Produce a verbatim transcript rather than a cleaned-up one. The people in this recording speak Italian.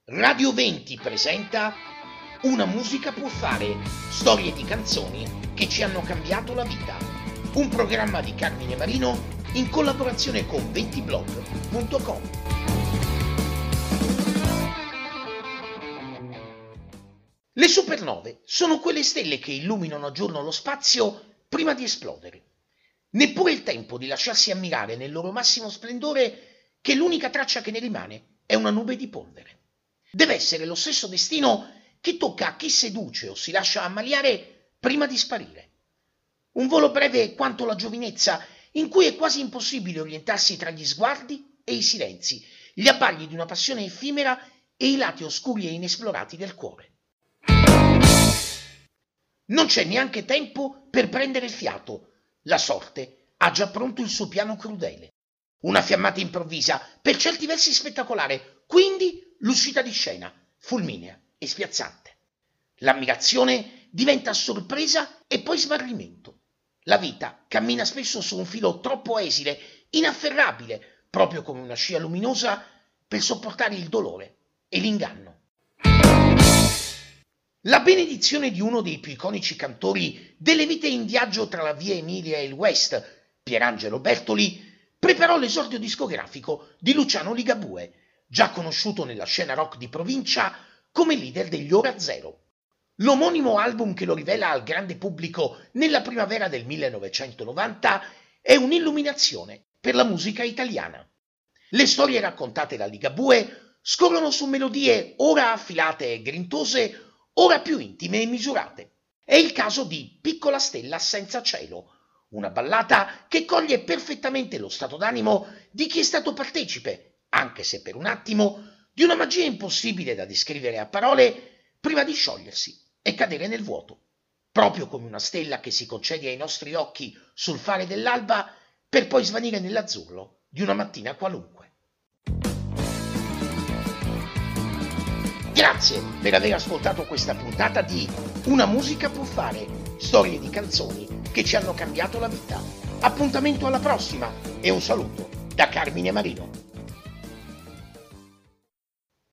Radio venti presenta Una musica può fare, storie di canzoni che ci hanno cambiato la vita. Un programma di Carmine Marino in collaborazione con venti blog punto com. Le supernove sono quelle stelle che illuminano a giorno lo spazio prima di esplodere. Neppure il tempo di lasciarsi ammirare nel loro massimo splendore, che l'unica traccia che ne rimane è una nube di polvere. Deve essere lo stesso destino che tocca a chi seduce o si lascia ammaliare prima di sparire. Un volo breve quanto la giovinezza, in cui è quasi impossibile orientarsi tra gli sguardi e i silenzi, gli abbagli di una passione effimera e i lati oscuri e inesplorati del cuore. Non c'è neanche tempo per prendere il fiato. La sorte ha già pronto il suo piano crudele. Una fiammata improvvisa, per certi versi spettacolare, quindi l'uscita di scena, fulminea e spiazzante. L'ammirazione diventa sorpresa e poi smarrimento. La vita cammina spesso su un filo troppo esile, inafferrabile, proprio come una scia luminosa, per sopportare il dolore e l'inganno. La benedizione di uno dei più iconici cantori delle vite in viaggio tra la via Emilia e il West, Pierangelo Bertoli, preparò l'esordio discografico di Luciano Ligabue, già conosciuto nella scena rock di provincia come leader degli Ora Zero. L'omonimo album che lo rivela al grande pubblico nella primavera del millenovecentonovanta è un'illuminazione per la musica italiana. Le storie raccontate da Ligabue scorrono su melodie ora affilate e grintose, ora più intime e misurate. È il caso di Piccola stella senza cielo, una ballata che coglie perfettamente lo stato d'animo di chi è stato partecipe, anche se per un attimo, di una magia impossibile da descrivere a parole prima di sciogliersi e cadere nel vuoto, proprio come una stella che si concede ai nostri occhi sul fare dell'alba per poi svanire nell'azzurro di una mattina qualunque. Grazie per aver ascoltato questa puntata di Una musica può fare, storie di canzoni che ci hanno cambiato la vita. Appuntamento alla prossima e un saluto da Carmine Marino.